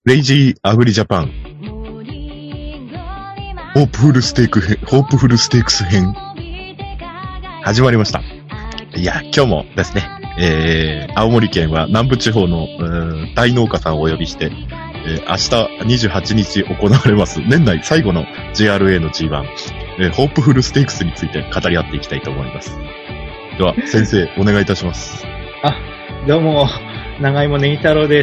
レイジーアグリジャパン。ホープフルステークス編。始まりました。いや、今日もですね、青森県は南部地方の大農家さんをお呼びして、明日28日行われます年内最後の JRA の G1、ホープフルステークスについて語り合っていきたいと思います。では、先生、お願いいたします。 どうも、長芋ネギ太郎です。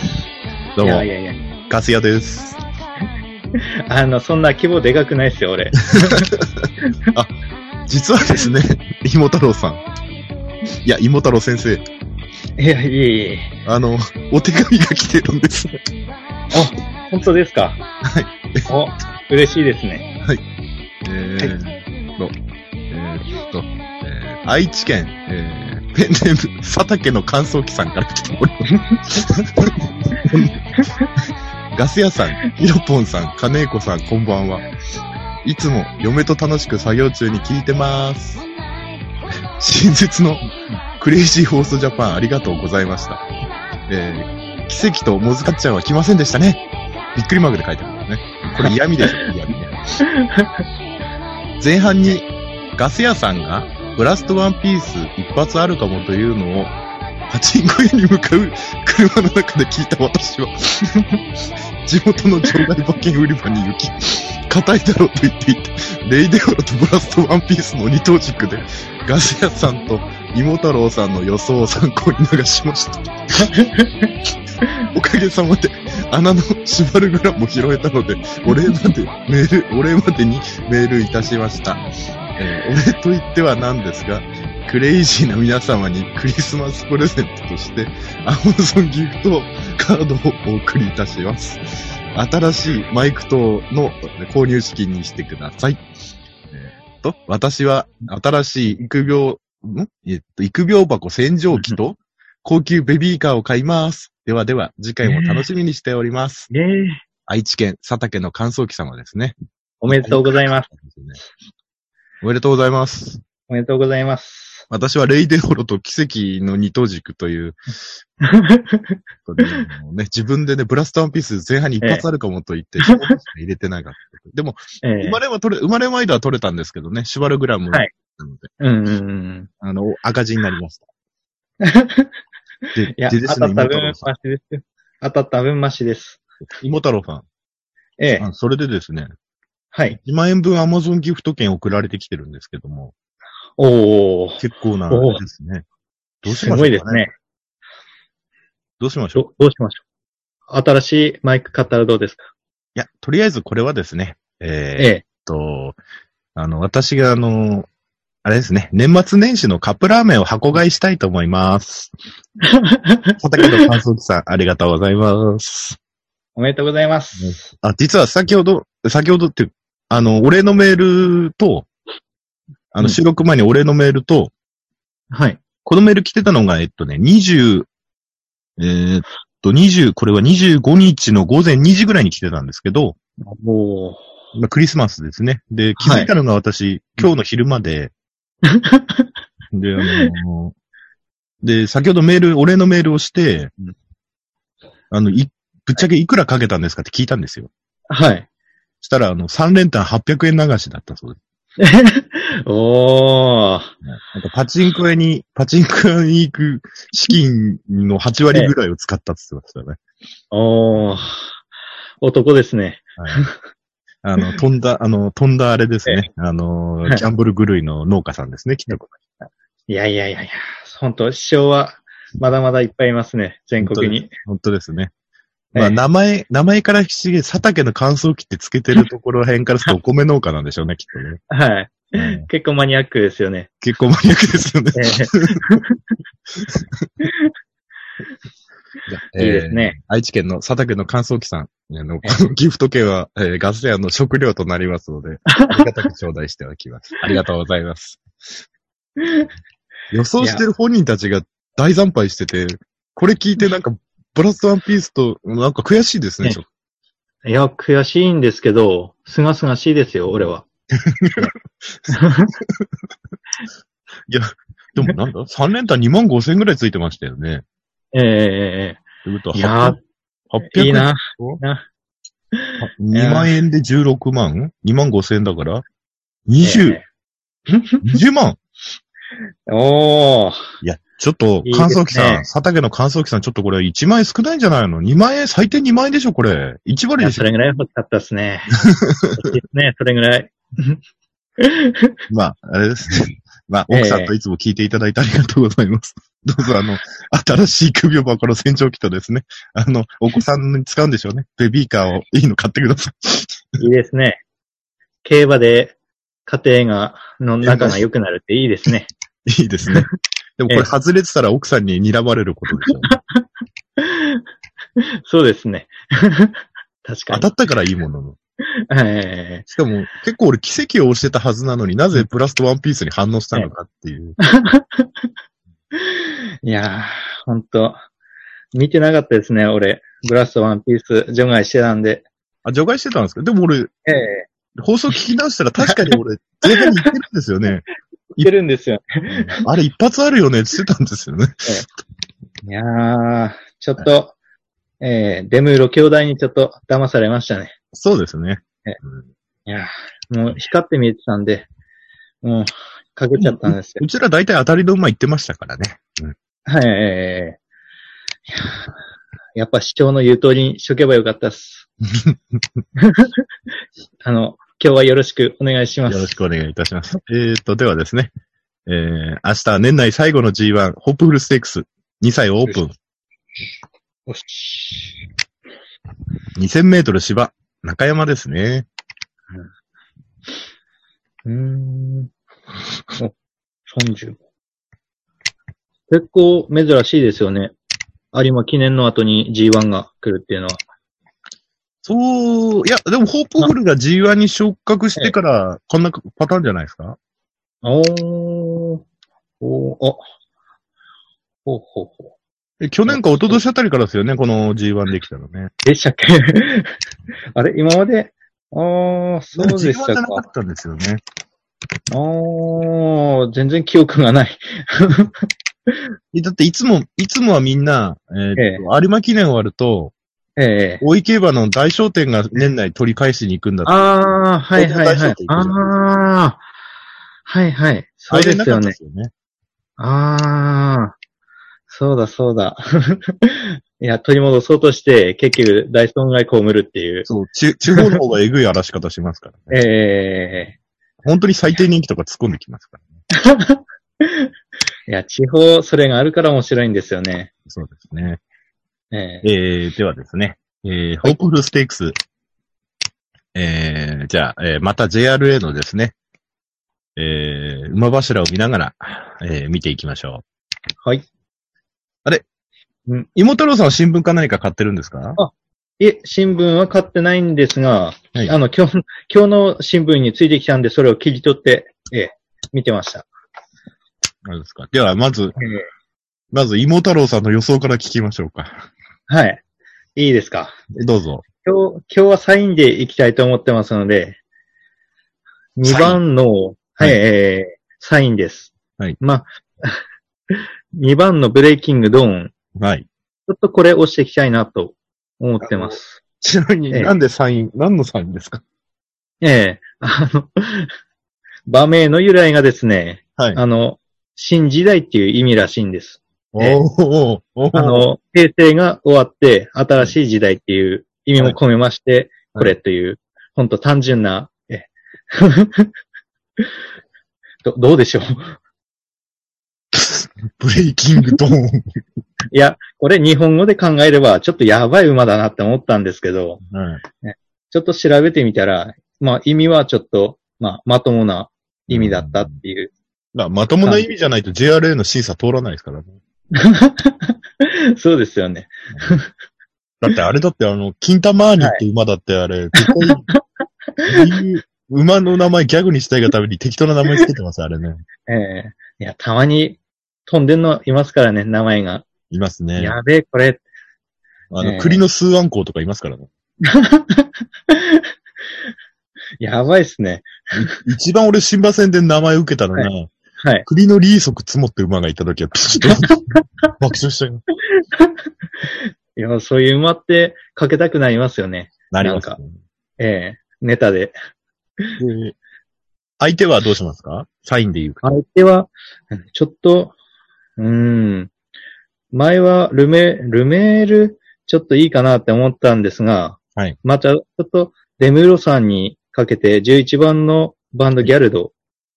どうも、ガス屋です。 そんな規模でかくないですよ、俺。 実はですね、芋太郎さん。いや、芋太郎先生。 いえ。 お手紙が来てるんです。 本当ですか？ はい。 嬉しいですね。 はい。愛知県、ペンネーム、佐竹の乾燥機さんから来ております。ガス屋さん、ヒロポンさん、金子さん、こんばんは。いつも嫁と楽しく作業中に聞いてます。新設のクレイジーホーストジャパンありがとうございました。奇跡とモズカッチャンは来ませんでしたね。びっくりマークで書いてあるんですね。これ嫌味でしょ、嫌味。前半にガス屋さんがブラストワンピース一発あるかもというのをパチンコ屋に向かう車の中で聞いた私は地元の場外馬券売り場に行き、硬いだろうと言っていたレイデオロとブラストワンピースの二等軸でガス屋さんと芋太郎さんの予想を参考に流しました。おかげさまで穴のシュバルグラムも拾えたのでお礼までにメールいたしました。お礼と言ってはなんですが、クレイジーな皆様にクリスマスプレゼントとして Amazon ギフトカードをお送りいたします。新しいマイク等の購入資金にしてください。私は新しい育苗箱洗浄機と高級ベビーカーを買います。ではでは、次回も楽しみにしております。愛知県佐竹の乾燥機様ですね。 おめでとうございます。 おめでとうございます。 おめでとうございます。 私はレイデオロと奇跡の二等軸という、自分でね、ブラストワンピース前半に一発あるかもと言って、入れてなかった。でも、生まれ前では取れたんですけどね、シュバルグラムなので、赤字になりました。 いや、当たった分マシですよ。当たった分マシです。 芋太郎さん。それでですね。 はい。 1万円分 Amazon ギフト券送られてきてるんですけども。結構なですね。どうしましょうかね。すごいですね。どうしましょう。 新しいマイク買ったらどうですか？ いや、とりあえずこれはですね。私があれですね、年末年始のカップラーメンを箱買いしたいと思います。佐竹の乾燥機さん、ありがとうございます。 おめでとうございます。 実は先ほどって、お礼のメールと、収録前にお礼のメールと、 はい。 このメール来てたのが、これは25日の午前2時ぐらいに来てたんですけど、クリスマスですね。で、気づいたのが私、今日の昼間で、で、先ほどお礼のメールをして、ぶっちゃけいくらかけたんですかって聞いたんですよ。 はい。 したら、3連単800円流しだったそうです。なんかパチンコ屋に行く資金の8割ぐらいを使ったって言ってましたね。 男ですね。 はい。飛んだあれですね。キャンブル狂いの農家さんですね、きっと。 いや。本当師匠はまだまだいっぱいいますね、全国に。 本当ですね。まあ、名前から佐竹の乾燥機ってつけてるところら辺からするとお米農家なんでしょうね、きっとね。 はい。結構マニアックですよね。 結構マニアックですよね。 いいですね。 愛知県の佐竹の乾燥機さん。ギフト券は、ガス屋の食料となりますので、ありがたく頂戴しておきます。ありがとうございます。予想してる本人たちが大惨敗してて、これ聞いてなんか、ブラストワンピースと、なんか悔しいですね、 いや、悔しいんですけど、すがすがしいですよ、俺は。 いや、でもなんだ ?3 連単2万5千ぐらいついてましたよね。 いや 800円。 いいな。 2万円で16万 ?2 万5千円だから ?20、20万おー。 いや、ちょっと、 いいですね乾燥機さん、佐竹の乾燥機さん、ちょっとこれ1万円少ないんじゃないの ?2 万円、最低2万円でしょ、これ。1割いや、 でしょ。 それぐらい欲しかったですね。欲しいですね、それぐらい。 まあ、あれですね。まあ、奥さんといつも聞いていただいてありがとうございます。どうぞ新しい首を箱の洗浄機とですね、お子さんに使うんでしょうね。ベビーカーをいいの買ってください。 いいですね。競馬で家庭の仲が良くなるっていいですね。 いいですね。でもこれ外れてたら奥さんに睨まれることでしょうね。 そうですね。確かに。 当たったからいいものの。 えしかも、結構俺奇跡を押してたはずなのになぜブラストワンピースに反応したのかっていう。 いやー、ほんと、見てなかったですね、俺。ブラストワンピース除外してたんで。 あ、除外してたんですか？でも俺、放送聞き直したら確かに俺、前半に言ってるんですよね。 言ってるんですよ。 あれ一発あるよねって言ってたんですよね。 いやー、ちょっと、デムーロ兄弟にちょっと騙されましたね。 そうですね。 いやー、もう光って見えてたんで、もう、かけちゃったんですよ。 うちら大体当たりの馬言ってましたからね。 はい、いやーやっぱ市長の言う通りにしとけばよかったっす。今日はよろしくお願いします。 よろしくお願いいたします。ではですね、明日年内最後の G1、ホップフルステークス、2歳オープン。 よし。 2000メートル芝、中山ですね。 30。結構珍しいですよね。有馬記念の後に G1 が来るっていうのは。 そう、いや、でもホープフルが G1 に昇格してから、こんなパターンじゃないですか？ ほうほうほう。 去年か一昨年あたりからですよね、この G1 できたのね。 でしたっけあれ今まで、そうでした G1 じゃなかか。 ったんですよね。 全然記憶がない。 だっていつもはみんな、有馬記念終わると、大井競馬の大商店が年内取り返しに行くんだって。 はいはいはい。はいはい。そうですよね。そうだそうだ。いや、取り戻そうとして、結局大損害被るっていう。 そう、地方の方がえぐい荒らし方しますからね。本当に最低人気とか突っ込んできますからね。 いや、地方、それがあるから面白いんですよね。 そうですね。ではですね、ホープフルステークス。じゃあ、また JRA のですね、馬柱を見ながら、見ていきましょう。はい。 あれ？妹太郎さんは新聞か何か買ってるんですか？ 新聞は買ってないんですが、 はい、 今日の新聞についてきたんで、それを切り取って、見てました。 何ですか？では、まず、妹太郎さんの予想から聞きましょうか。 はい。いいですか？ どうぞ。 今日はサインでいきたいと思ってますので、2番の、サインです。 はい。 まあ、2番のブレイキングドーン。 はい。 ちょっとこれ押していきたいなと思ってます。 ちなみに、なんで何のサインですか？ 馬名の由来がですね、 はい。 新時代っていう意味らしいんです。 平成が終わって新しい時代っていう意味も込めまして、これという、ほんと単純な、どうでしょうブレイキングドーン。 いや、これ日本語で考えればちょっとやばい馬だなって思ったんですけど、ちょっと調べてみたら、まあ意味はちょっと、まともな意味だったっていう。 まともな意味じゃないと JRA の審査通らないですからね。 そうですよね。 だってあれだってキンタマーニって馬だってあれ、絶対、馬の名前ギャグにしたいがために適当な名前つけてます、あれね。 いや、たまに飛んでんのいますからね、名前が。 いますね。 やべえ、これ。 栗の数アンコウとかいますからね。 やばいっすね。 一番俺新馬戦で名前受けたのが、 はい。 栗のリーソクツモって馬がいたときは、ピシッと爆笑したよ。 いや、そういう馬ってかけたくなりますよね。 なります、ね。 なんか、ネタで。 相手はどうしますか？サインで言うか。 相手は、ちょっと、前はルメール、ちょっといいかなって思ったんですが、 はい。 また、ちょっと、デムーロさんにかけて、11番のバンドギャルド。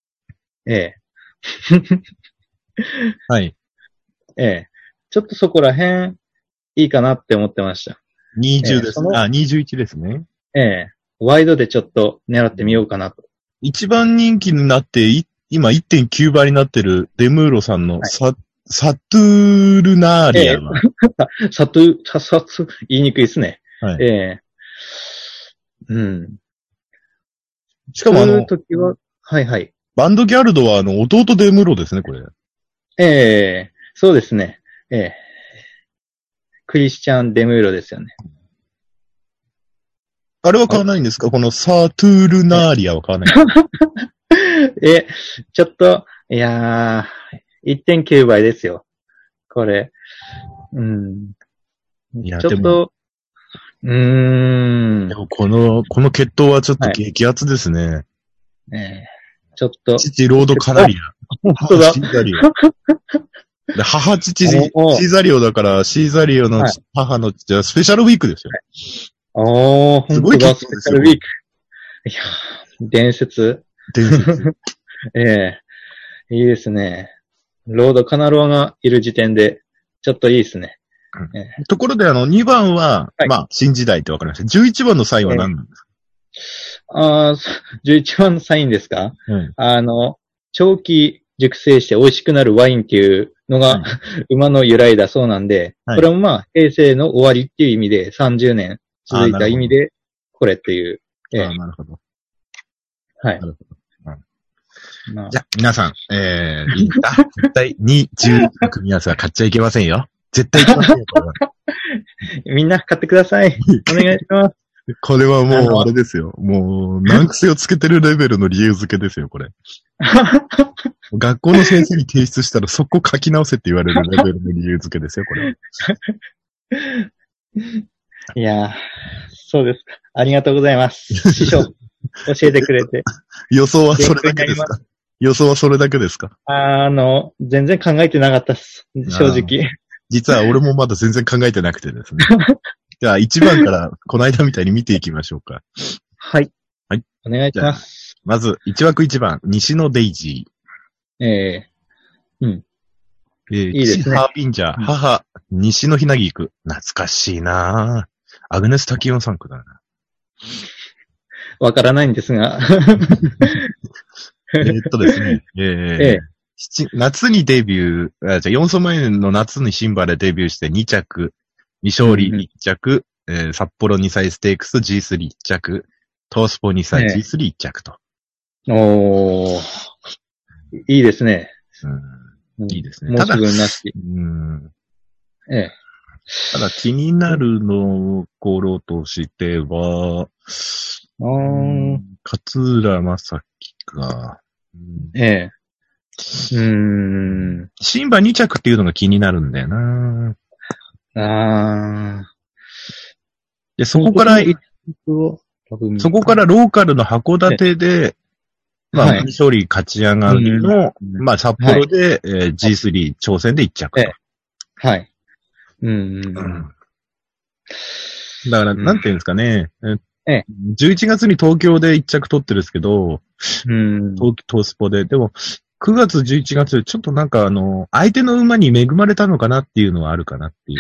はい。 ちょっとそこら辺、いいかなって思ってました。 20ですね。21ですね。 ワイドでちょっと狙ってみようかなと。 一番人気になって、今 1.9 倍になってるデムーロさんのサトゥールナーリアは。 サトゥ、言いにくいですね。 はい。しかも時は、はいはい。 バンドギャルドは弟デムーロですね、これ。 そうですね。クリスチャン・デムーロですよね。 あれは買わないんですか？このサトゥールナーリアは買わないんですか？ ちょっと、いやー、1.9 倍ですよ。これ。 いや、 ちょっと、 でもこの決闘はちょっと激アツですね。 ちょっと。 父、ロードカナリア。 本当だ。 シーザリオ。で母、父、シーザリオだから、シーザリオの母の父はスペシャルウィークですよ。 本当だ、スペシャルウィーク。いやー、伝説。いいですね。ロードカナロアがいる時点で、ちょっといいですね。 ところで2番は、まあ、新時代ってわかりました。11番のサインは何なんですか ？11番のサインですか？長期熟成して美味しくなるワインっていうのが、馬の由来だそうなんで、これもまあ、平成の終わりっていう意味で、30年続いた意味で、これっていう。 なるほど。 はい。 なるほど。じゃあ、皆さん、いいですか？絶対に11の組み合わせは買っちゃいけませんよ。絶対いけませんよ。 みんな買ってください。お願いします。 これはもう、あれですよ。もう、難癖をつけてるレベルの理由付けですよ、これ。学校の先生に提出したらそこ書き直せって言われるレベルの理由付けですよ、これ。 いやー、そうですか。ありがとうございます。師匠、教えてくれて。 予想はそれだけですか？予想はそれだけですか？ 全然考えてなかったです。正直。 実は俺もまだ全然考えてなくてですね。じゃあ1番からこの間みたいに見ていきましょうか。 はい。 はい。 お願いします。 まず、1枠1番、西野デイジー。いいですね。 父ハーピンジャー、母、西野ひなぎ行く。懐かしいなぁ。アグネス・タキオンさんくだな。 わからないんですが。 ですね。夏にデビュー、じゃあ4走前の夏にシンバでデビューして2着、未勝利1着、札幌2歳ステークス G31 着、トースポ2歳 G31 着と。 いいですね。 いいですね。 申し分なし。 ただ気になるところとしては、勝浦正樹か。シンバ2着っていうのが気になるんだよな。で、そこからローカルの函館で、まあ、勝利勝ち上がりの、まあ、札幌で、G3 挑戦で1着と。 はい。 だから、なんていうんですかね。11月に東京で1着取ってるんですけど、東スポで。でも、9月、11月、ちょっとなんか相手の馬に恵まれたのかなっていうのはあるかなっていう。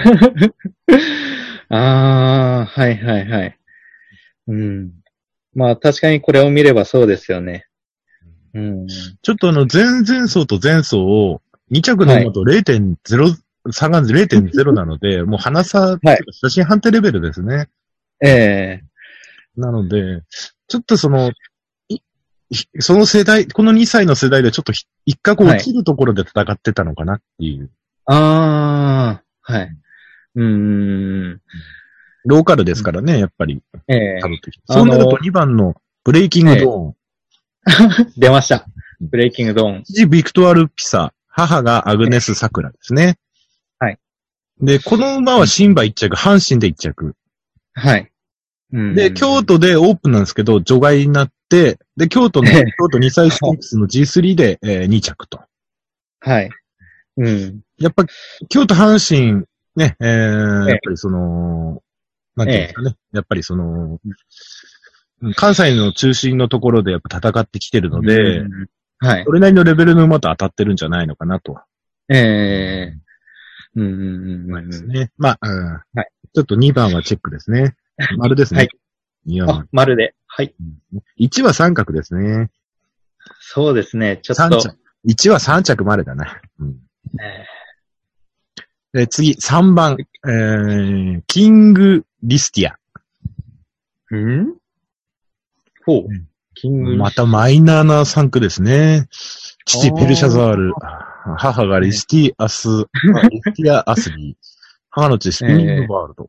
はいはいはい。まあ確かにこれを見ればそうですよね。 ちょっと前々走と前走を2着の馬と 0.0、差が 0.0 なので、もう花差、写真判定レベルですね。なので、ちょっとその世代、この2歳の世代でちょっと一角落ちるところで戦ってたのかなっていう。 はい。 ローカルですからね、やっぱり。そうなると2番のブレイキングドーン。 出ました。ブレイキングドーン。 父ビクトワル・ピサ、母がアグネス・サクラですね。 はい。 で、この馬は新馬1着、阪神で1着。 はい。 で、京都でオープンなんですけど、除外になって、で、京都2歳ステークスの G3 で、2着と。 はい。 やっぱ、京都阪神、ね、やっぱりなんていうんですかね。やっぱり関西の中心のところでやっぱ戦ってきてるので、 はい。 それなりのレベルの馬と当たってるんじゃないのかなと。ですね。まあ、はい。ちょっと2番はチェックですね。丸ですね。はい。2番。 丸で。はい。 1は三角ですね。 そうですね。ちょっと。 1は3着までだな。で次、3番、キングリスティア。 ほう。 キングまたマイナーな3区ですね。父ペルシャザール。母がリスティアスリー。母の父スピニングワールド。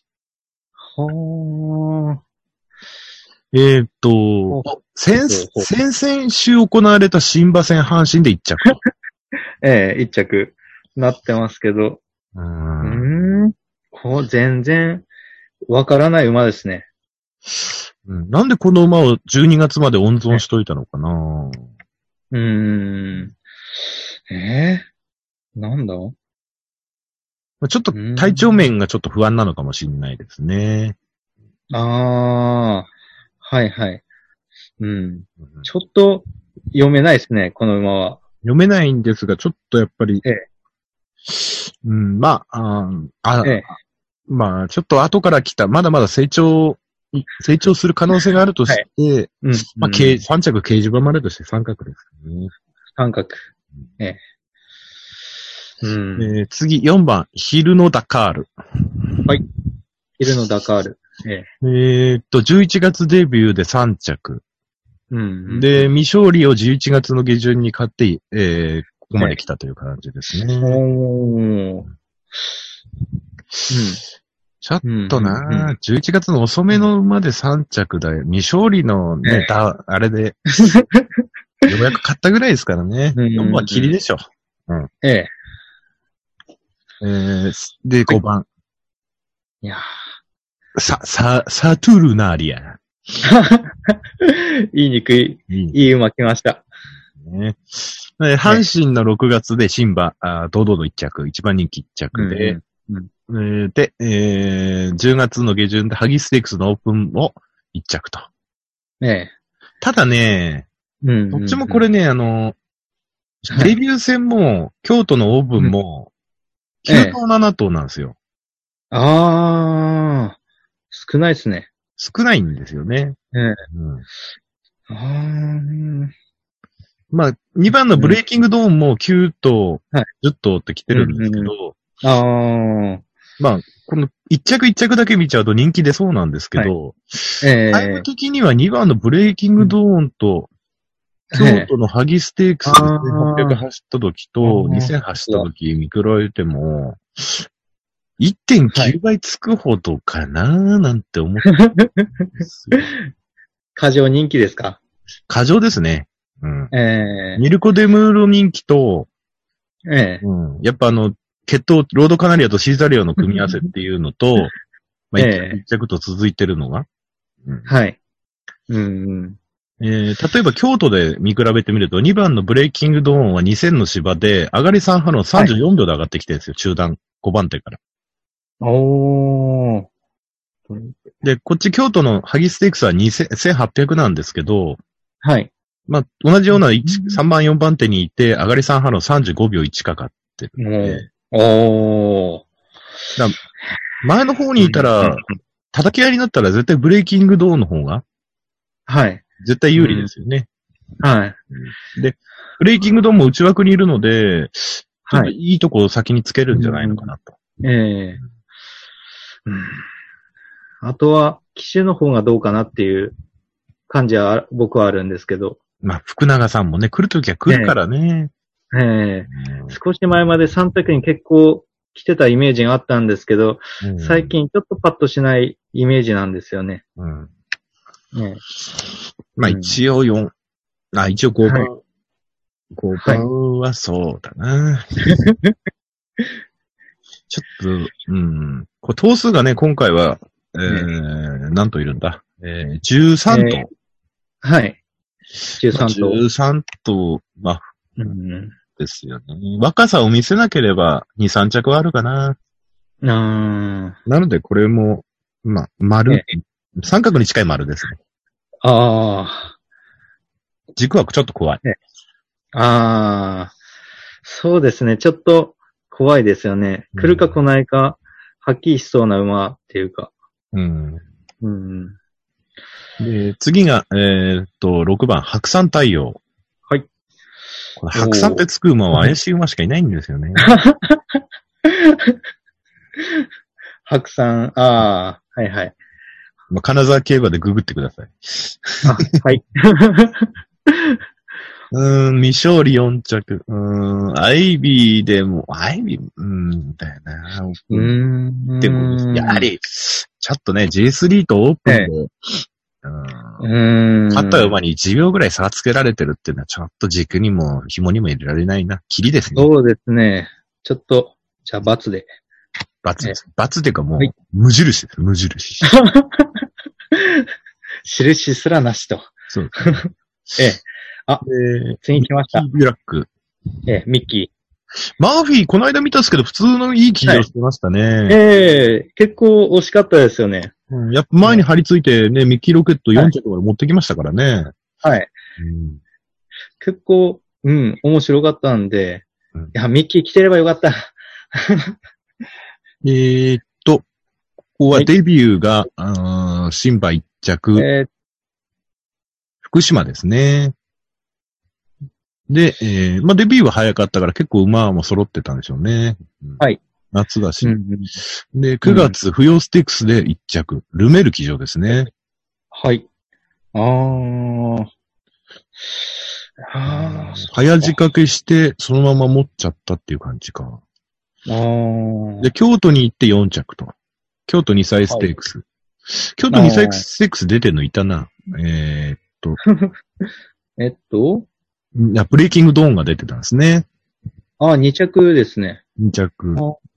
先々週行われた新馬戦阪神で1着。 1着。なってますけど。全然、わからない馬ですね。 なんでこの馬を12月まで温存しといたのかな。 なんだちょっと体調面がちょっと不安なのかもしれないですね。 はいはい。ちょっと読めないですね、この馬は。 読めないんですが、ちょっとやっぱり、まあ、まあ、ちょっと後から来た、まだまだ成長する可能性があるとして、まあ、3着掲示板までとして三角ですね。 三角。 次、4番、ヒルノダカール。 はい。ヒルノダカール。 11月デビューで3着。で、未勝利を11月の下旬に勝って、ここまで来たという感じですね。ちょっとな、11月の遅めの馬で3着だよ。未勝利のね、あれで、ようやく勝ったぐらいですからね。4番キリでしょ。で、5番。 いやサトゥルナーリア。 いい馬来ました。 阪神の6月で新馬、堂々の1着、一番人気1着で、で、10月の下旬でハギステークスのオープンを1着と。ただね、どっちもこれね、デビュー戦も、京都のオープンも、9頭7頭なんですよ。 少ないですね。 少ないんですよね。まあ、2番のブレイキングドーンも9頭、10頭って来てるんですけど、まあ、この1着1着だけ見ちゃうと人気出そうなんですけど、タイム的には2番のブレイキングドーンと、京都のハギステークスで1800走った時と2000走った時見比べても、1.9 倍つくほどかななんて思ってるんですよ。 過剰人気ですか？ 過剰ですね。ミルコデムーロ人気と、やっぱ血統、ロードカナリアとシーザリアの組み合わせっていうのと、まあ、一着と続いてるのが。 はい。 例えば京都で見比べてみると、2番のブレイキングドーンは2000の芝で、上がり3波の34秒で上がってきてるんですよ、中段5番手から。で、こっち京都のハギステークスは1800なんですけど、 はい。 まあ、同じような3番4番手にいて、上がり3波の35秒1かかってるんで。前の方にいたら、叩き合いになったら絶対ブレイキングドーンの方が、絶対有利ですよね。で、ブレイキングドーンも内枠にいるので、いいとこを先につけるんじゃないのかなと。 あとは、騎手の方がどうかなっていう感じは僕はあるんですけど。 まあ、福永さんもね、来るときは来るからね。 少し前まで3着に結構来てたイメージがあったんですけど、最近ちょっとパッとしないイメージなんですよね。 まあ一応5番。5番はそうだな。 ちょっと、これ頭数がね、今回は、何頭いるんだ13頭。 はい。13頭。 13頭、ですよね。若さを見せなければ、2、3着はあるかな。なので、これも、丸。三角に近い丸ですね。軸はちょっと怖い。 そうですね。ちょっと怖いですよね。来るか来ないか、はっきりしそうな馬っていうか。 で、次が、6番、白山太陽。はい。これ白山ってつく馬は怪しい馬しかいないんですよね。 白山、はいはい。 金沢競馬でググってください。 はい。 未勝利4着。アイビーでも、アイビー、だよな。でも、やはり、ちょっとね、J3 とオープンで、勝った馬に1秒ぐらい差がつけられてるっていうのは、ちょっと軸にも紐にも入れられないな。キリですね。 そうですね。ちょっと、じゃあ、×で。 ×っていうかもう、無印です。無印。 印すらなしと。 そう。 次来ました。 ミッキーブラック。 ミッキー。 マーフィー、この間見たんですけど、普通のいい騎乗してましたね。 結構惜しかったですよね。 やっぱ前に張り付いてね、ミッキーロケット4着まで持ってきましたからね。 はい。結構、面白かったんで、いや、ミッキー来てればよかった。 ここはデビューが、新馬1着。福島ですね。で、デビューは早かったから結構馬も揃ってたんでしょうね。 はい。 夏だし。で、9月、不要ステークスで1着。ルメール騎乗ですね。 はい。 早仕掛けして、そのまま持っちゃったっていう感じか。で、京都に行って4着と。京都2歳ステークス。京都2歳ステークス出てんのいたな。ブレイキングドーンが出てたんですね。 2着ですね。 2着。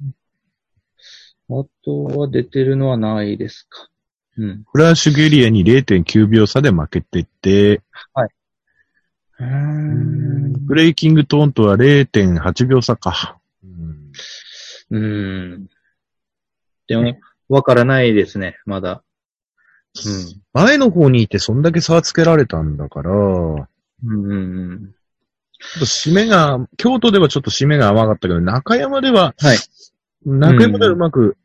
あとは出てるのはないですか。 フラッシュゲリアに 0.9 秒差で負けてて、 はい。 ブレイキングトーンとは 0.8 秒差か。 でも、わからないですね、まだ。 前の方にいてそんだけ差をつけられたんだから、締めが、京都ではちょっと締めが甘かったけど、中山では、中山ではうまく、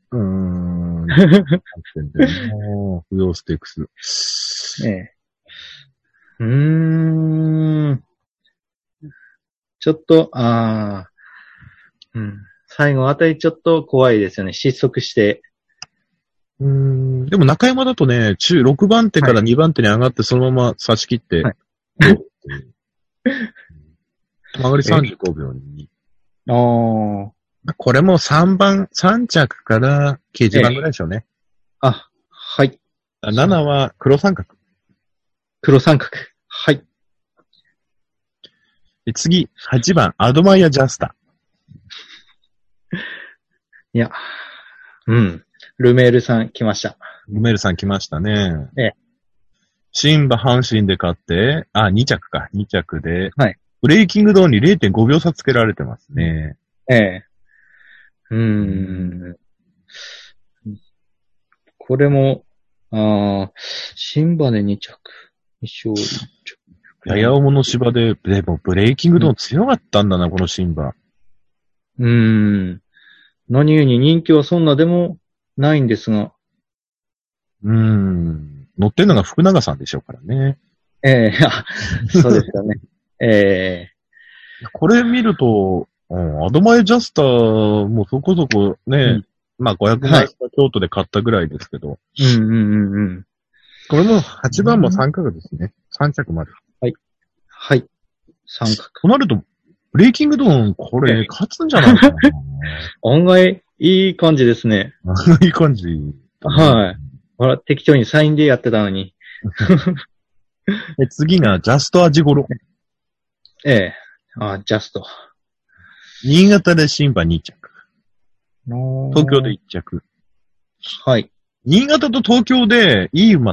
不要ステークス。 ちょっと、最後あたりちょっと怖いですよね。失速して。 でも中山だとね、6番手から2番手に上がってそのまま差し切って、曲がり35秒に。これも3着から90番ぐらいでしょうね。 はい。 7は黒三角。 黒三角。はい。 次、8番、アドマイヤ・ジャスタ。 いや、ルメールさん来ました。 ルメールさん来ましたね。新馬阪神で勝って、2着か。2着で。はい。ブレイキングドーンに 0.5 秒差つけられてますね。 これも、新馬で2着。2勝1着。 やや重の芝で、でもブレイキングドーン強かったんだな、この新馬。 何故に人気はそんなでもないんですが。 乗ってんのが福永さんでしょうからね。 そうですよね。 これ見ると、アドマイジャスターもそこそこね、500万京都で買ったぐらいですけど。これも8番も三角ですね。3着まで。 はい。三角。 となると、ブレイキングドーン、これ、勝つんじゃないかな。 案外、いい感じですね。 いい感じ。 はい。ほら、適当にサインでやってたのに。 次が、ジャストアジゴロ。 ジャスト。 新潟で新馬2着。 東京で1着。 はい。 新潟と東京でいい馬って、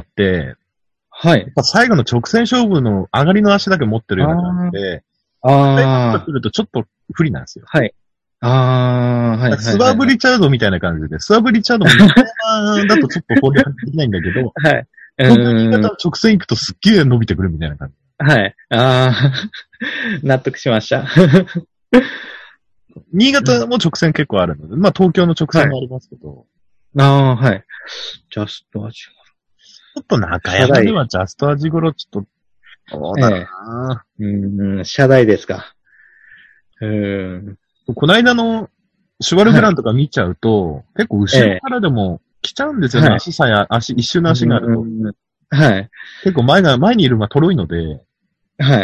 はい。 やっぱ最後の直線勝負の上がりの足だけ持ってるような感じで、 ああ。 来るとちょっと不利なんですよ。 はい。ああ、はい。 スワブ・リチャードみたいな感じで、スワブ・リチャードもだとちょっと攻略できないんだけど、 はい。 新潟の直線行くとすっげえ伸びてくるみたいな感じ。 はい。ああ、納得しました。 新潟も直線結構あるので、まあ東京の直線もありますけど。 ああ、はい。ジャストアジちょっと中山ではジャストアジゴロちょっと、そうだな、 車台ですか。 この間のシュワルグランとか見ちゃうと、結構後ろからでも来ちゃうんですよね。足さや、一瞬の足があると。 はい。 結構前にいる馬とろいので。 はい。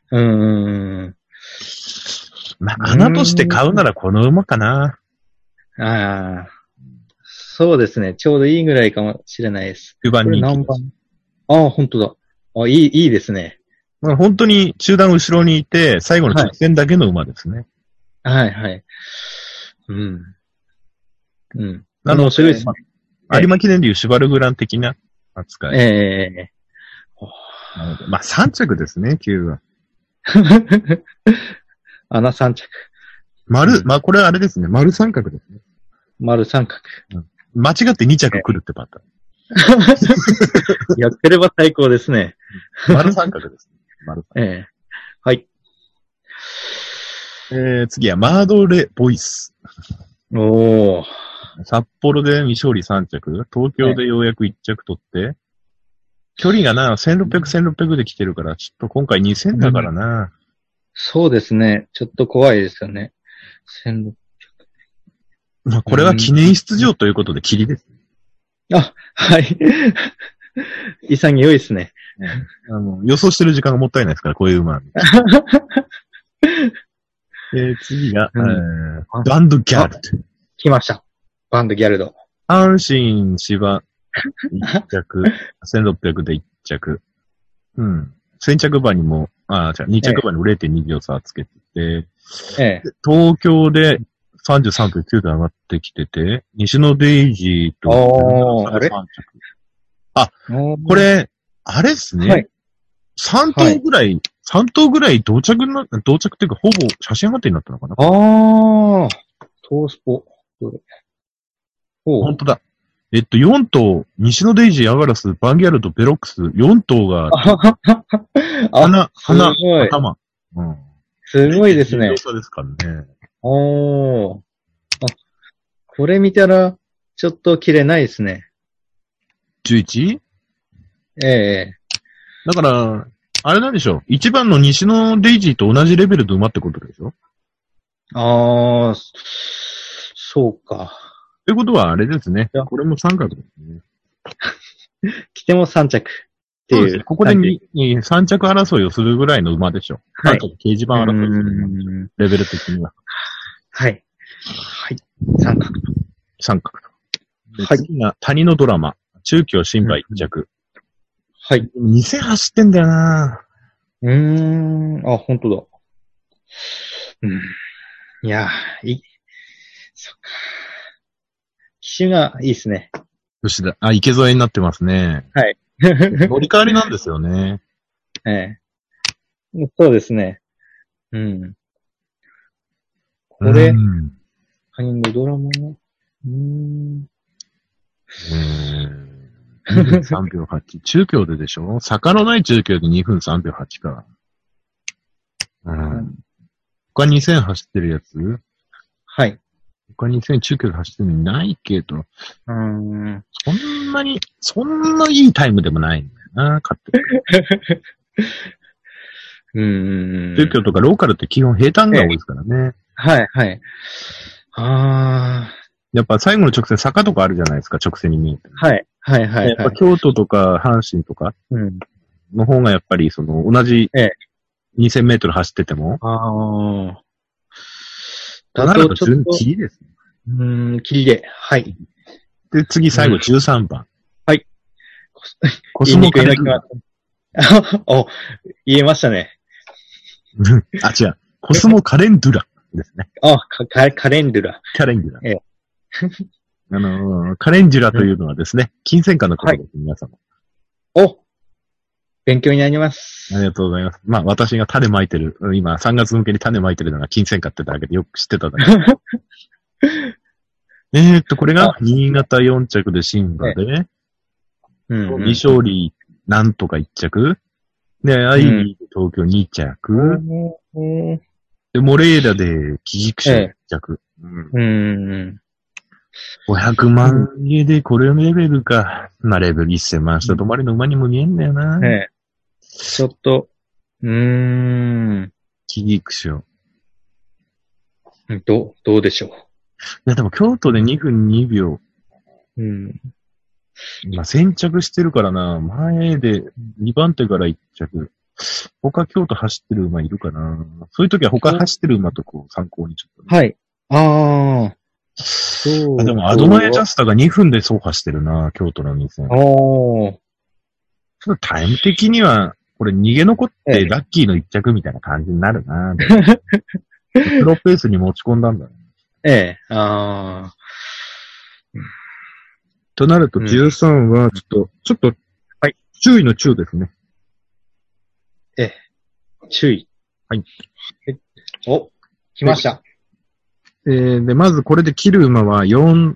まあ、穴として買うならこの馬かな。 ああ。そうですね。ちょうどいいぐらいかもしれないです。 9番人気。 何番？ああ、本当だ。あ、いいですね。 まあ、本当に中段後ろにいて、最後の直線だけの馬ですね。 はい、はい。 なので、有馬記念でいうシュバルグラン的な扱い。なので、まあ、3着ですね、9は。 穴3着。 まあ、これはあれですね、丸三角ですね。 丸三角。 間違って2着来るってパターン。 やってれば最高ですね。 丸三角です、ね。丸三角。 はい。 次はマードレ・ボイス。 おー。 札幌で未勝利3着。東京でようやく1着取って。距離がな、1600、1600で来てるから、ちょっと今回2000だからな。 そうですね。ちょっと怖いですよね。1600。 まあ、これは記念出場ということで、キリです。 あ、はい。潔いですね。 予想してる時間がもったいないですから、こういう馬。次が、バンドギャルド。 来ました。バンドギャルド。 阪神芝1着、1600で1着。先着馬にも、2着馬にも 0.2 秒差つけてて、東京で33分9で上がってきてて、西野デイジーと、 あれ 3着。これ、あれっすね。はい、3頭ぐらい、同着っていうか、ほぼ写真判定になったのかな。 トースポ。 本当だ。4頭、西野デイジー、アガラス、バンギャルド、ベロックス、4頭が、頭。 すごいですね。 ですからね。 これ見たら、ちょっと切れないですね。 11？ だから、あれなんでしょう。1番の西野デイジーと同じレベルで馬ってことでしょ？ そうか。 ということはあれですね。これも三角ですね。 来ても3着っていう。 ここで3着争いをするぐらいの馬でしょ。はい。掲示板争いするレベル的には。 はい。はい。三角と。 三角と。はい。次が谷のドラマ。中京新馬1着。 はい。 2000走ってんだよな本当だ。いやそっか。機種がいいですね。 吉田。池添になってますね。 はい。 乗り換わりなんですよね。 そうですね。これ、谷のドラマの 2分3秒8。中京でしょ？坂のない中京で2分3秒8か。他2000走ってるやつ？ はい。 他2000中京で走ってるのにないけど。そんないいタイムでもないんだよな、勝ってる。中京とかローカルって基本平坦が多いですからね。 はい、はい。 やっぱ最後の直線坂とかあるじゃないですか、直線に見えて。 はい、はい、はい。 やっぱ京都とか阪神とかの方がやっぱり同じ2000メートル走ってても。だと普通にキリですね。キリで、はい。 で、次最後13番。 はい。 コスモカレンドゥラ。 言えましたね。 違う。コスモカレンドゥラですね。 カレンドゥラ。 カレンドゥラ。 カレンジュラというのはですね、金銭花のことです、皆様。 お勉強になります。 ありがとうございます。まあ、私が種まいてる、今、3月向けに種まいてるのが金銭花ってだけでよく知ってただけ。これが、新潟4着でシンバで、未勝利なんとか1着。で、アイビーで東京2着。で、モレーラでキジクショ1着。500万家でこれレベルか。まあ、レベル1000万した止まりの馬にも見えんだよな。 ちょっと、 キジクショ。 どうでしょう。 いや、でも京都で2分2秒。今先着してるからな。前で2番手から1着。他京都走ってる馬いるかな。そういう時は他走ってる馬とこう参考にちょっと。 はい。 でもアドマイジャスタが2分で走破してるな。京都の2戦。ちょっとタイム的には、これ逃げ残ってラッキーの1着みたいな感じになるな。プロペースに持ち込んだんだね。となると13はちょっと、はい、注意の注ですね。 注意。 はい。 お、来ました。 で、まずこれで切る馬は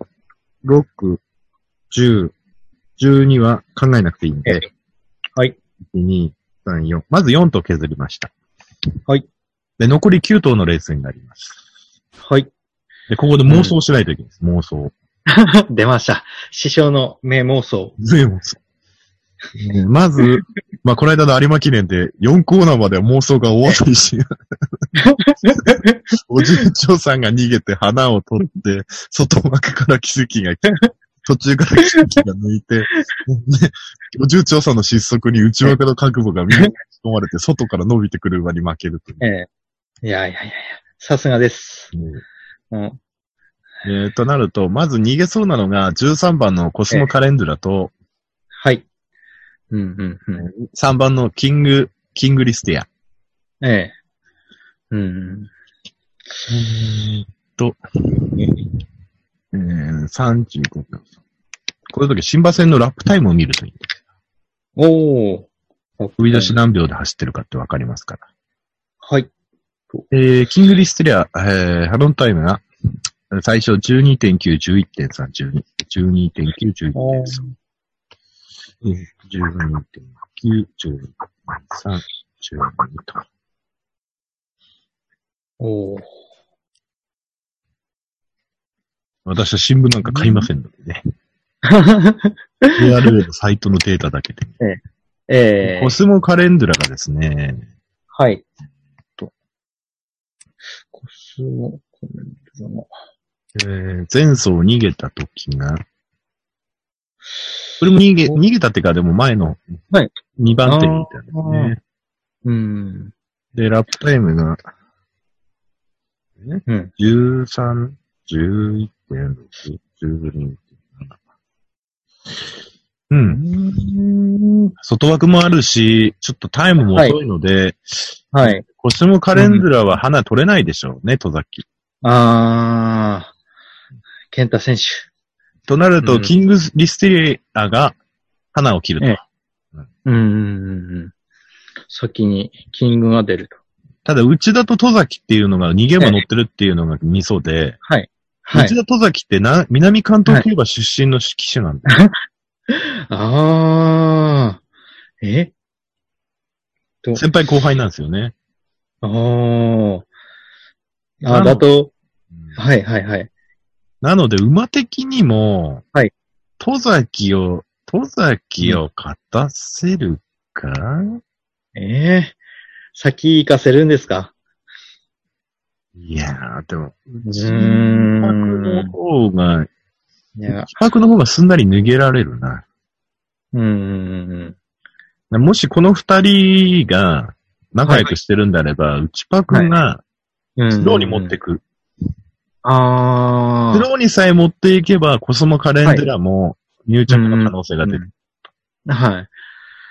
4、6、10、12は考えなくていいんで。 はい。 1、2、3、4。まず4頭削りました。 はい。 で、残り9頭のレースになります。 はい。 で、ここで妄想しないといけないです。妄想。 出ました。師匠の名妄想。 妄想。まず、まあ、この間の有馬記念で4コーナーまでは妄想が終わったりし、おじいちょうさんが逃げて花を取って、外枠から奇跡が来て、途中から奇跡が抜いて、で、おじいちょうさんの失速に内枠の覚悟がみんなに込まれて、外から伸びてくる馬に負けるという。 いや、さすがです。 となると、まず逃げそうなのが13番のコスモカレンドゥラと、 はい。 3番のキングリスティア。35秒。こういう時、新馬戦のラップタイムを見るといい。飛び出し何秒で走ってるかってわかりますから。 はい。 キングリスティア、ハロンタイムが、最初 12.9、11.3、12、12.9、11.3。12.9、12.3、12と。私は新聞なんか買いませんのでね。ARA のサイトのデータだけで。コスモカレンドゥラがですね。 はい。コスモカレンドゥラの。 前走逃げた時が、これも逃げたっていうか、でも前の2番手みたいなね。で、ラップタイムが、13、11.6、12.7。外枠もあるし、ちょっとタイムも遅いので、 はい。 コスモカレンドゥラは花取れないでしょうね、戸崎。 ケンタ選手。 となると、キングリステリアが花を切ると。 先にキングが出ると。 ただ、内田と戸崎っていうのが逃げ馬乗ってるっていうのがミソで、 はい。 内田戸崎って南関東競馬出身の騎手なんだよ。先輩後輩なんですよね。 だと、はい。 なので、馬的にも、 はい。 戸崎を勝たせるか、 先行かせるんですか？ いやー、でも、内泊の方がすんなり脱げられるな。もしこの二人が仲良くしてるんであれば、内泊がスローに持ってく。スローにさえ持っていけば、コスモカレンデラも入着の可能性が出る。 はい。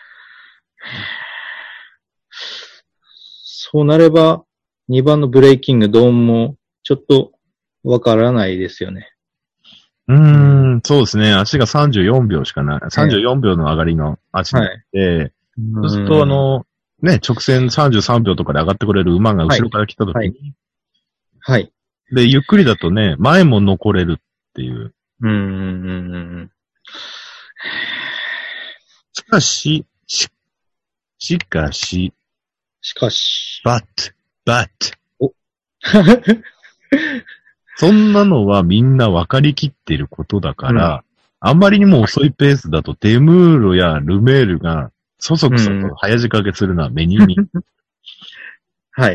そうなれば、2番のブレイキングドーンもちょっとわからないですよね。 そうですね。足が34秒しかない。34秒の上がりの足になって、そうするとね、直線33秒とかで上がってくれる馬が後ろから来た時に、 はい。 で、ゆっくりだとね、前も残れるっていう。しかし、but. おそんなのはみんな分かりきっていることだから、あんまりにも遅いペースだとデムーロやルメールがそそくさと早仕掛けするのは目に見。 はい。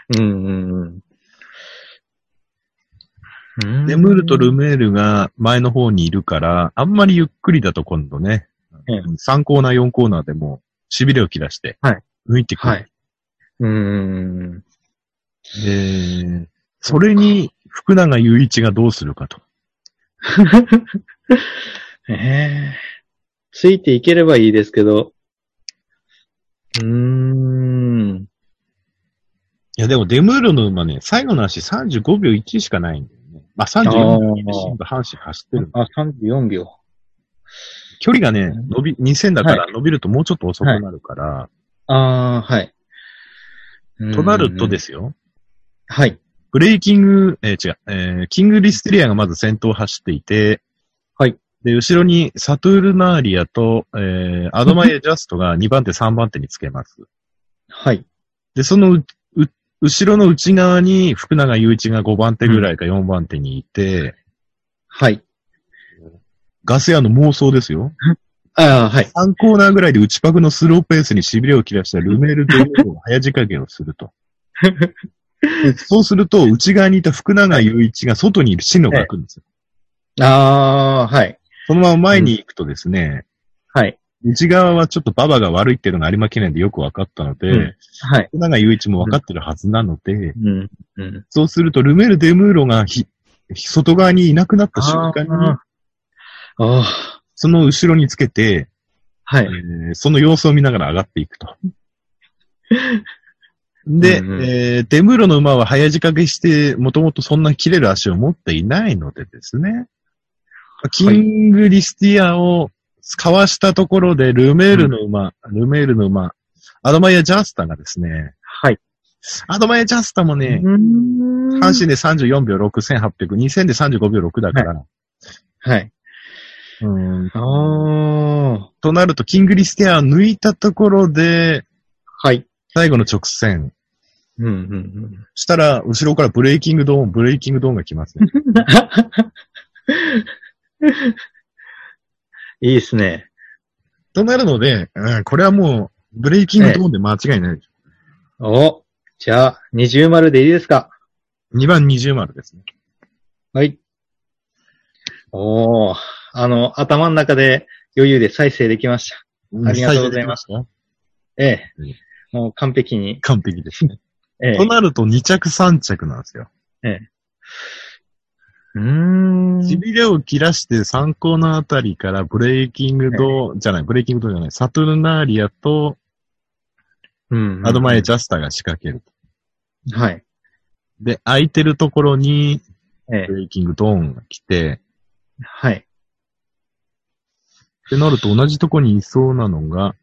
デムールとルメールが前の方にいるから、あんまりゆっくりだと今度ね、3コーナー4コーナーでも痺れを切らして、抜いてくる。はい。それに福永祐一がどうするかと。 ついていければいいですけど。 いやでもデムールの馬ね、最後の足35秒1しかないんだよね。まあ34秒でシンバ阪神走ってる。 34秒。 距離がね、2000だから伸びるともうちょっと遅くなるから。 はい。 となるとですよ。 はい。 ブレイキング、キングリステリアがまず先頭を走っていて、 はい。 で、後ろにサトゥールナーリアと、アドマイエジャストが2番手、3番手につけます。 はい。 で、その後ろの内側に福永祐一が5番手ぐらいか4番手にいて、 はい。 ガス屋の妄想ですよ。 はい。 3コーナーぐらいで内パクのスローペースに痺れを切らしたルメール・デ・メロが早仕掛けをすると。そうすると、内側にいた福永祐一が外にいる進路が開くんですよ。 はい。 そのまま前に行くとですね、 はい。 内側はちょっと馬場が悪いっていうのが有馬記念でよく分かったので、 はい。 福永祐一も分かってるはずなので、 そうするとルメール・デ・ムーロが外側にいなくなった瞬間に、その後ろにつけて、 はい。 その様子を見ながら上がっていくと。で、デムーロの馬は早仕掛けして、もともとそんな切れる足を持っていないのでですね。キングリスティアをかわしたところで、ルメールの馬、アドマイヤ・ジャスタがですね。 はい。 アドマイヤ・ジャスタもね、阪神で34秒6、1800、2000で35秒6だから。 はい。 となると、キングリスティアを抜いたところで、 はい。 最後の直線。したら、後ろからブレイキングドーンが来ますね。 いいですね。 となるので、これはもう、ブレイキングドーンで間違いない。 じゃあ、20丸でいいですか？ 2 番20丸ですね。 はい。頭の中で余裕で再生できました。ありがとうございました。もう完璧に。 完璧ですね。となると2着3着なんですよ。痺れを切らして3コーナーあたりからブレイキングドーンじゃない、サトルナーリアと、アドマイジャスタが仕掛ける。 はい。 で、空いてるところに、ブレイキングドーンが来て、 はい。 ってなると同じとこにいそうなのが、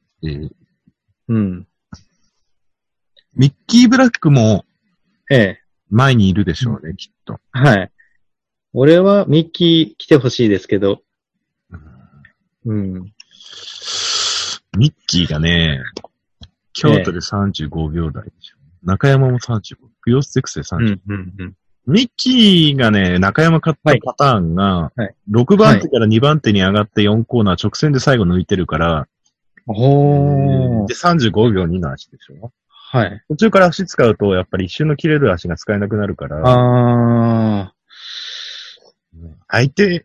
ミッキー・ブラックも、前にいるでしょうね、きっと。 はい。俺はミッキー来てほしいですけど。 ミッキーがね、京都で35秒台でしょ。中山も35。クヨステクスで35。ミッキーがね、中山勝ったパターンが、6番手から2番手に上がって4コーナー直線で最後抜いてるから、で、35秒2の足でしょ。 はい。 途中から足使うと、やっぱり一瞬の切れる足が使えなくなるから、相手、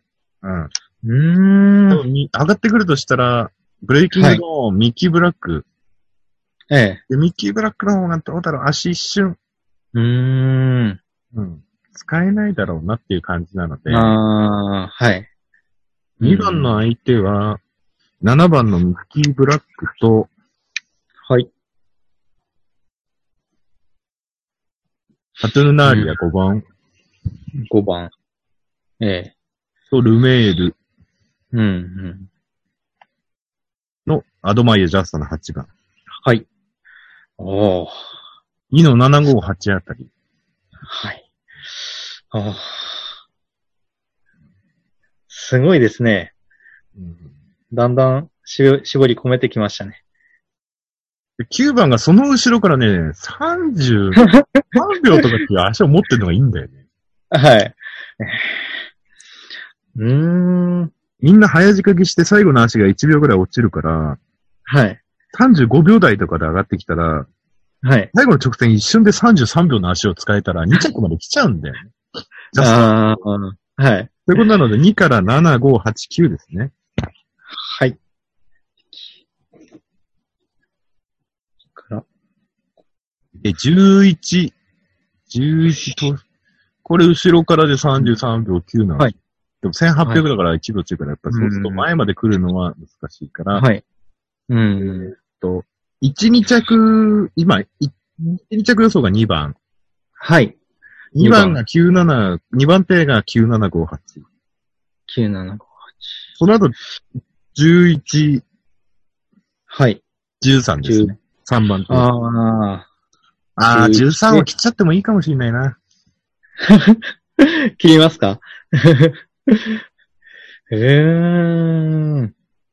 上がってくるとしたら、ブレイキングのミッキー・ブラック。でミッキー・ブラックの方がどうだろう、足一瞬。使えないだろうなっていう感じなので。 はい。 2番の相手は、7番のミッキー・ブラックと、 はい。 サトゥルナーリア5番。 5番。 とルメールうん、うん。 のアドマイヤ・ジャスタの8番。 はい。おー。 2の758あたり。 はい。おー。すごいですね。 うん、 だんだん絞り込めてきましたね。 9番がその後ろからね、33秒とかっていう足を持ってるのがいいんだよね。 はい。 みんな早仕掛けして最後の足が1秒ぐらい落ちるから、 はい。 35秒台とかで上がってきたら、 はい。 最後の直線一瞬で33秒の足を使えたら2着まで来ちゃうんだよね。 ああ、はい。 ということなので2から7、5、8、9ですね。 はい。 で、11と、これ後ろからで33秒9なの。 はい。 でも1800だから1秒中からやっぱそうすると前まで来るのは難しいから。 はい。 1、2着、今、1、2着予想が2番。 はい。 2番が97、2番手が9758。 9758。 その後、11、 はい。 13ですね。3番手。13は切っちゃってもいいかもしれないな。 切りますか13。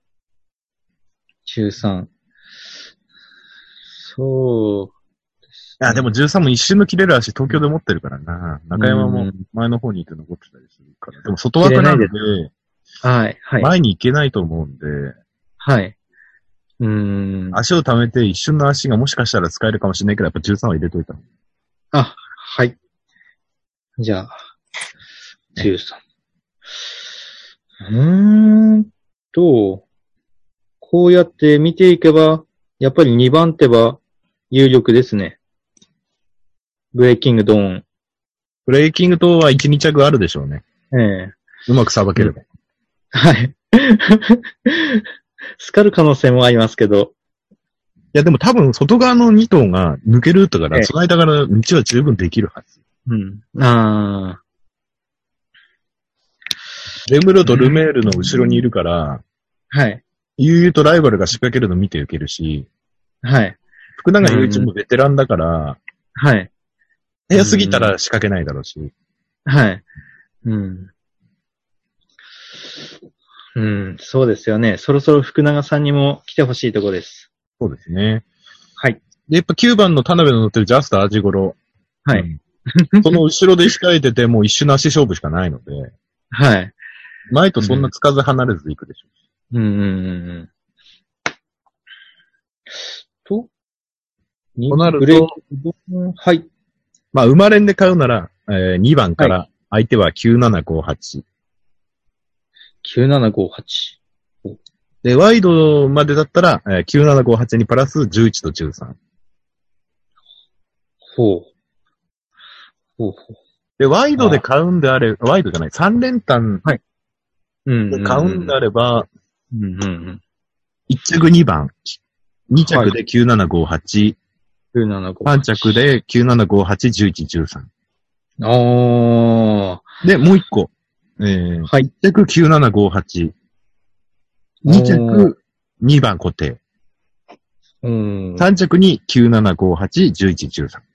そうですね。 でも13も一瞬の切れる足東京で持ってるからな。中山も前の方にいて残ってたりするから。でも外枠なんで、 はい、はい。 前に行けないと思うんで、 はい。 足を溜めて一瞬の足がもしかしたら使えるかもしれないけど、やっぱ13は入れといた。 はい。じゃあ、13。こうやって見ていけば、やっぱり2番手は有力ですね。ブレイキングドーン。 ブレイキングドーンは1、2着あるでしょうね。うまくさばければ。 はい。スカる可能性もありますけど。 いや、でも多分外側の2頭が抜けるとから、その間から道は十分できるはず。レムロとルメールの後ろにいるから、 はい。 悠々とライバルが仕掛けるの見ていけるし、 はい。 福永祐一もベテランだから、 はい。 早すぎたら仕掛けないだろうし。 はい。そうですよね。そろそろ福永さんにも来てほしいところです。 そうですね。 はい。 で、やっぱ9番の田辺の乗ってるジャスター味頃。 はい。 その後ろで控えてて、もう一瞬の足勝負しかないので。 はい。 前とそんなつかず離れず行くでしょう。となると、 はい。 まあ、生まれんで買うなら、2番から、相手は9758。 9758。 で、ワイドまでだったら、9758にプラス11と13。 ほう。 で、ワイドで買うんであれば、ワイドじゃない、3連単で買うんであれば、1着2番、2着で9758、3着で9758、11、13。で、もう1個、1着9758、2着2番固定、3着に9758、11、13。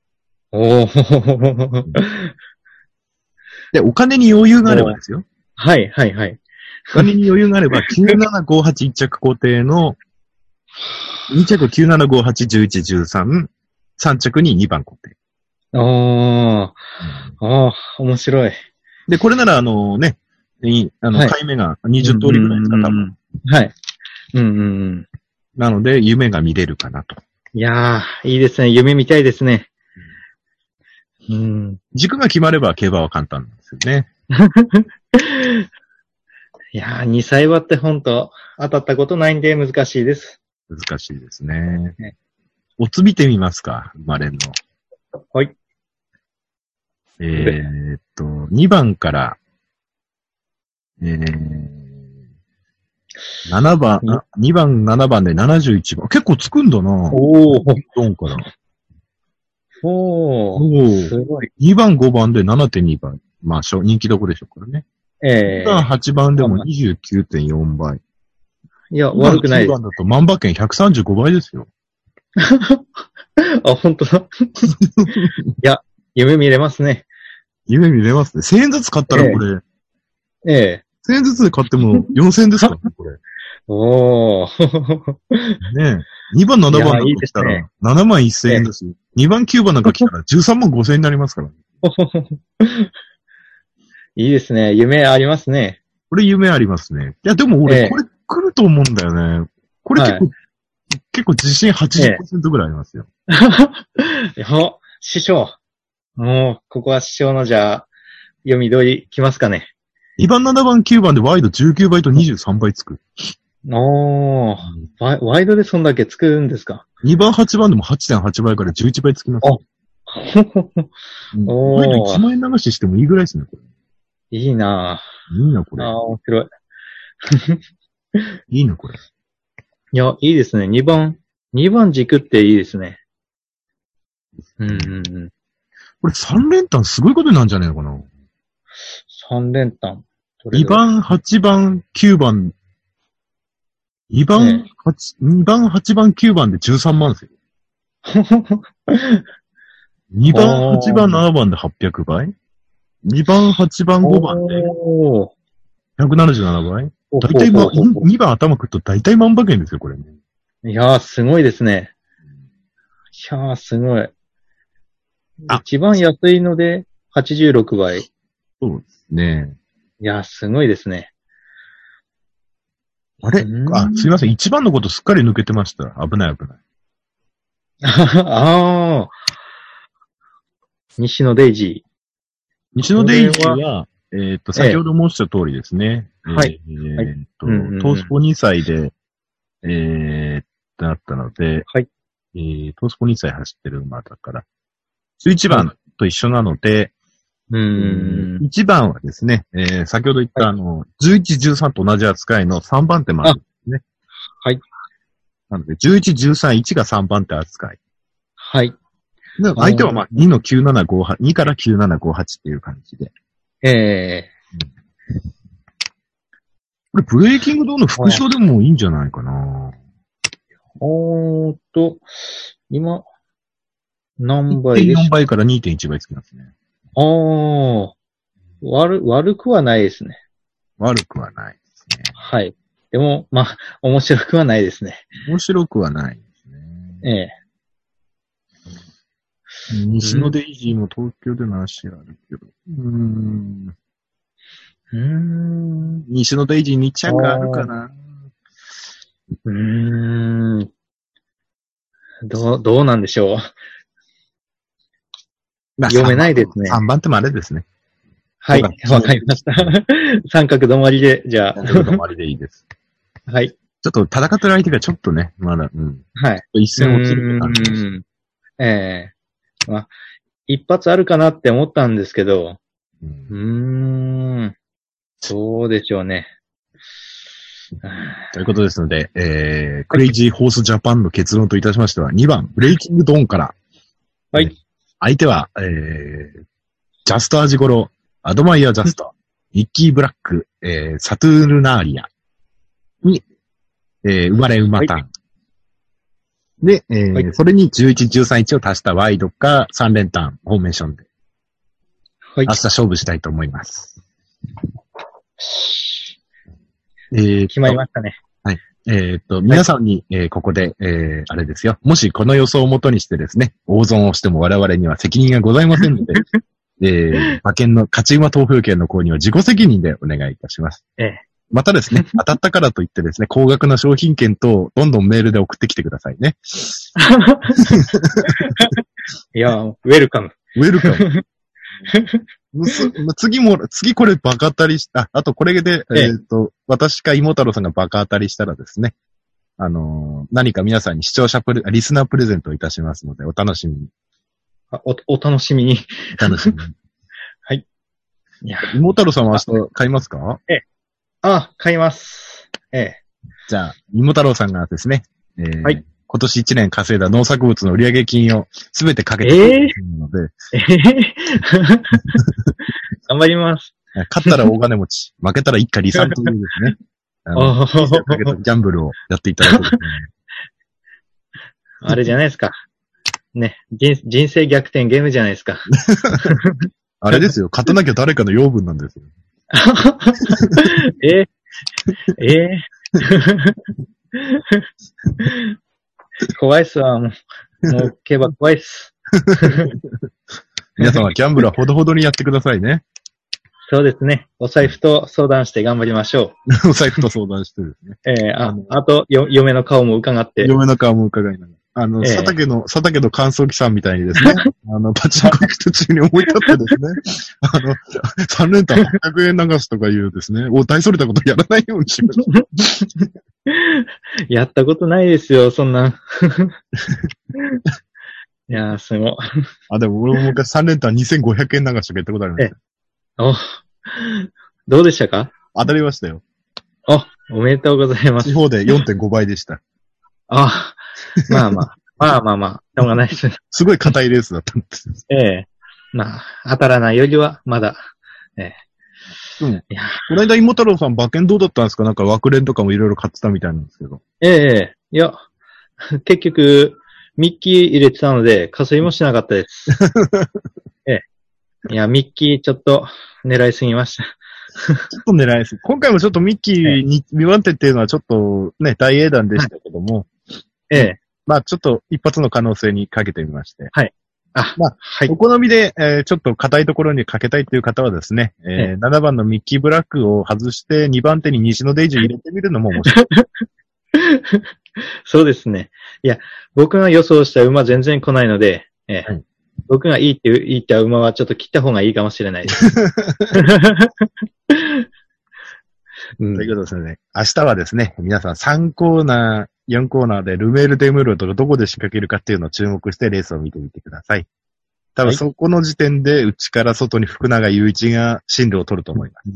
で、お金に余裕があればですよ。 はい。 お金に余裕があれば、9758 1着固定の、2着9758、11、13、3着に2番固定。 面白い。 で、これなら買い目が20通りぐらいですか、多分。 はい。 なので、夢が見れるかなと。 いやー、いいですね。夢見たいですね。 軸が決まれば競馬は簡単なんですよね。 いやー、2歳馬って本当当たったことないんで難しいです。 難しいですね。オツ見てみますか、生まれんの。 はい。 2番から、7番、2番、7番で71番。結構つくんだな。4から。すごい。2番、5番で 7.2 番。まあ、人気どこでしょうからね。 ええ 8番でも 29.4 倍。 いや、悪くない 9 です。 番だと万馬券135倍ですよ。 あ、本当だ。いや、夢見れますね。 夢見れますね。1000円ずつ買ったらこれ、 ええ。 1000円ずつで買っても4000円ですからね、これ。 おー。 ねえ。2番、7番なんかいいです来たらね 7万1000円ですよ。2番、9番なんか来たら13万5000円になりますからね。 いいですね。夢ありますね。 これ夢ありますね。いや、でもええ俺これ来ると思うんだよね。これ結構、 は結構自信80%ぐらいありますよ。 いや、師匠。もう、ここは師匠のじゃあ、読み通り来ますかね。 2番、7番、9番でワイド19倍と23倍つく。 おー。ワイドでそんだけ作るんですか。 2番、8番でも 8.8 倍から11倍つきます。うんおーワイド1万円流ししてもいいぐらいですね、これ。 いいなぁ。 いいな、これ。 面白い。 いいな、これ。 いや、いいですね。2番軸っていいですね。うんうんうん。 これ3連単すごいことなんじゃねえのかな。 3連単。 2番、8番、9番。2番、2番、8番、9番で13万ですよ。2番、8番、7番で800倍 ?2 番、8番、5番でおー。 177倍だいたい2番頭くるとだいたい万馬券ですよ、これね。 いやー、すごいですね。いやー、すごい。一番安いので86倍。 そうですね。 いやー、すごいですね。 あれすいません。1番のことすっかり抜けてました。危ない危ない。 ああ。西野デイジー。 西野デイジーは、先ほど申した通りですね。 はい。 トースポ2歳で、だったので、 はい。 トースポ2歳走ってる馬だから、11番と一緒なので、1番はですね、先ほど言った、11、13と同じ扱いの3番手もあるんですね。 はい。 なので、11、13、1が3番手扱い。 はい。 相手はまあ2の9758、2から9758っていう感じで。これブレイキングドーの副賞でもいいんじゃないかな。 今、何倍でしょ ?1.4 倍から 2.1 倍つきますね。 悪くはないですね。 悪くはないですね。 はい。でも、まあ、面白くはないですね。 面白くはないですね。西野デイジーも東京で何試合あるけど。西野デイジー2着あるかな。 どうなんでしょう。読めないですね。 3番手もあれですね。 はい。わかりました。三角止まりで、じゃあ。 三角止まりでいいです。 はい。 ちょっと戦ってる相手がちょっとね、まだ、 はい。 一戦落ちるって感じです。 まあ、一発あるかなって思ったんですけど、そうでしょうね。 ということですので、クレイジーホースジャパンの結論といたしましては、2番、ブレイキングドーンから。 はい。 相手は、ジャストアジゴロ、アドマイヤージャスト、ニッキーブラック、サトゥールナーリアに、生まれ馬ターン。で、それに11、13、1を足したワイドか3連単、フォーメーションで。はい。明日勝負したいと思います。 決まりましたね。 はい。皆さんに、ここで、あれですよ。もしこの予想をもとにしてですね、大損をしても我々には責任がございませんので、馬券の勝ち馬投票券の購入は自己責任でお願いいたします。またですね、当たったからといってですね、高額な商品券とどんどんメールで送ってきてくださいね。 いや、ウェルカム。 ウェルカム。次これバカ当たりした、あとこれで、私か妹太郎さんがバカ当たりしたらですね、何か皆さんにリスナープレゼントをいたしますので、お楽しみに。 お楽しみに。 お楽しみに。 はい。いや。 妹太郎さんは明日買いますか？ 買います。 じゃあ、妹太郎さんがですね、 はい。 今年1年稼いだ農作物の売上金をすべてかけてくれるので、 頑張ります。 勝ったら大金持ち、負けたら一家離散というですね。人生をかけたギャンブルをやっていただくですね。 あれじゃないですか。ね、人生逆転ゲームじゃないですか。 あれですよ、勝たなきゃ誰かの養分なんですよ。 怖いっすわ、もう競馬怖いっす。 皆様、ギャンブルはほどほどにやってくださいね。 そうですね。お財布と相談して頑張りましょう。お財布と相談してですね。 あと、嫁の顔も伺って。 嫁の顔も伺いながら。佐竹の乾燥機さんみたいにですね、パチンコ行く途中に思い立ってですね、3連単800円流すとかいうですね、大それたことやらないようにしましょう。 やったことないですよ、そんな。いやー、すごい。 でも俺も昔3連単2500円流しとかやったことありますよ。どうでしたか？ 当たりましたよ。 おめでとうございます。 地方で 4.5 倍でした。 まあ、しょうがないです。 すごい硬いレースだったんですよ。 まあ、当たらないよりは、まだ。 この間、芋太郎さん、馬券どうだったんですか？なんか枠連とかもいろいろ買ってたみたいなんですけど。 いや、結局、ミッキー入れてたので、加水もしなかったです。いや、ミッキーちょっと狙いすぎました。 ちょっと狙いです。今回もちょっとミッキーに2番手っていうのはちょっとね、大英断でしたけども。まあちょっと一発の可能性にかけてみまして。お好みで、ちょっと硬いところにかけたいという方はですね、7番のミッキーブラックを外して2番手に西野デイジー入れてみるのも面白い。 そうですね。いや、僕が予想した馬全然来ないので、僕がいいって言った馬はちょっと切った方がいいかもしれないです。 ということですね。明日はですね、皆さん3コーナー、4コーナーでルメール・デムールとどこで仕掛けるかっていうのを注目してレースを見てみてください。多分そこの時点で内から外に福永雄一が進路を取ると思います。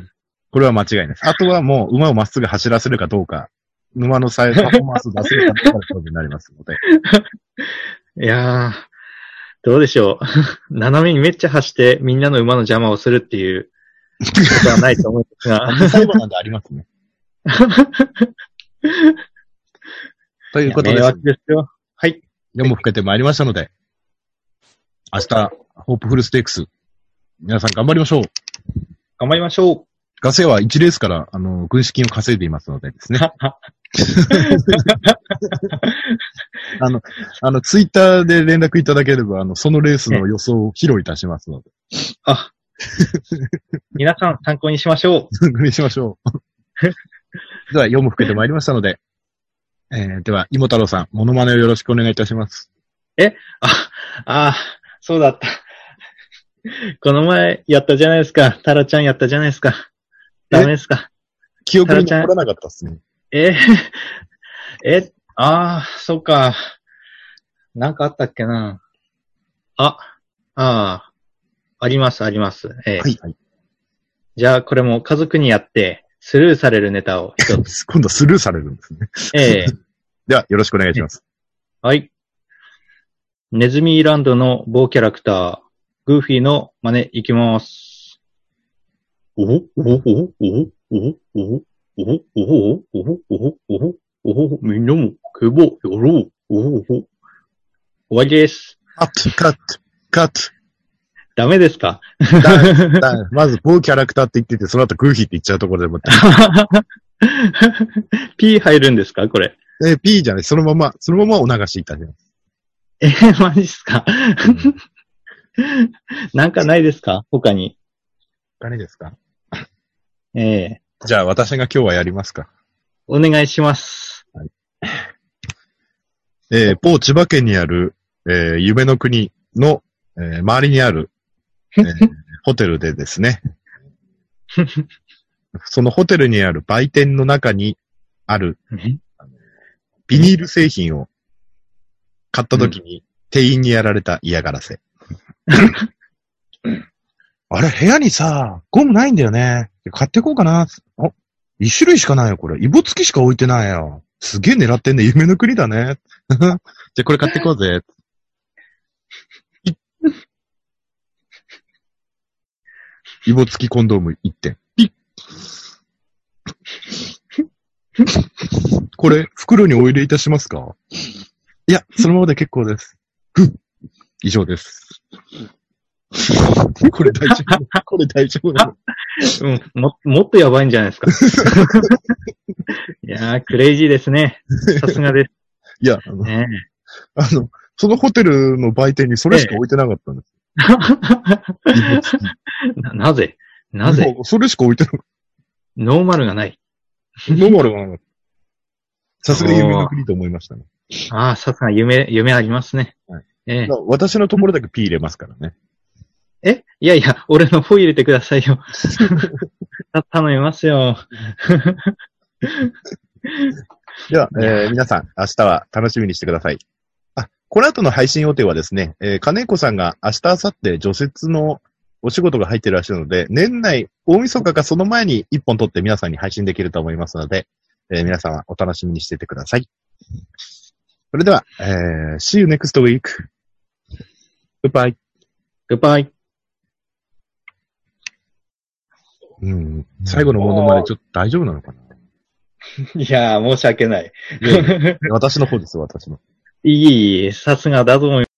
これは間違いないです。あとはもう馬をまっすぐ走らせるかどうか、馬のパフォーマンスを出せるかどうかということになりますので。 いやー、どうでしょう。斜めにめっちゃ走ってみんなの馬の邪魔をするっていうことはないと思うんですが。 最後なんでありますね。ということで。 迷惑ですよ。はい。 夜も更けてまいりましたので、明日、ホープフルステークス、皆さん頑張りましょう。 頑張りましょう。 ガセは1レースから、軍資金を稼いでいますのでですね。ツイッターで連絡いただければ、そのレースの予想を披露いたしますので。 皆さん参考にしましょう。 参考にしましょう。では、夜も更けてまいりましたので、では、芋太郎さん、モノマネをよろしくお願いいたします。 そうだった。この前やったじゃないですか。タラちゃんやったじゃないですか。ダメですか。 記憶に残らなかったっすね。 そうか。なんかあったっけな。あります、あります。はい。じゃあ、これも家族にやって、スルーされるネタを一つ。 今度スルーされるんですね。では、よろしくお願いします。 はい。ネズミーランドの某キャラクター、グーフィーの真似いきます。みんなも競馬やろう。終わりです。 カット。 ダメですか？ まず、某キャラクターって言ってて、その後グーフィーって言っちゃうところでもって。 P 入るんですかこれ。 P じゃない、そのままお流しいたします。 マジっすか？なんかないですか他に。 他にですか？ じゃあ、私が今日はやりますか。 お願いします。 はい。某千葉県にある、夢の国の、周りにある、ホテルでですね。そのホテルにある売店の中にある、ビニール製品を買った時に店員にやられた嫌がらせ。あれ、部屋にさ、ゴムないんだよね。買ってこうかな。一種類しかないよ、これ。イボ付きしか置いてないよ。すげえ狙ってんね。夢の国だね。じゃあこれ買ってこうぜ。 イボ付きコンドーム1点。ピッ。これ、袋にお入れいたしますか？いや、そのままで結構です。以上です。これ大丈夫これ大丈夫なの？ もっとやばいんじゃないですか。いやー、クレイジーですね。さすがです。 いや、そのホテルの売店にそれしか置いてなかったんです。 なぜそれしか置いてなかった。 ノーマルがない。 ノーマルがなかった。さすが夢の国と思いましたね。 ああ、さすが夢ありますね。 はい、私のところだけ P 入れますからね。 いやいや、俺の方入れてくださいよ。頼みますよ。 では、皆さん、明日は楽しみにしてください。この後の配信予定はですね、金子さんが明日、明後日、除雪のお仕事が入っていらっしゃるので、年内、大晦日かその前に1本撮って皆さんに配信できると思いますので、皆さんはお楽しみにしていてください。それでは、see you next week. Goodbye. Goodbye. 最後のものまでちょっと大丈夫なのかな？ いやー、申し訳ない。 私の方です、私の。 いい、さすがだと思います。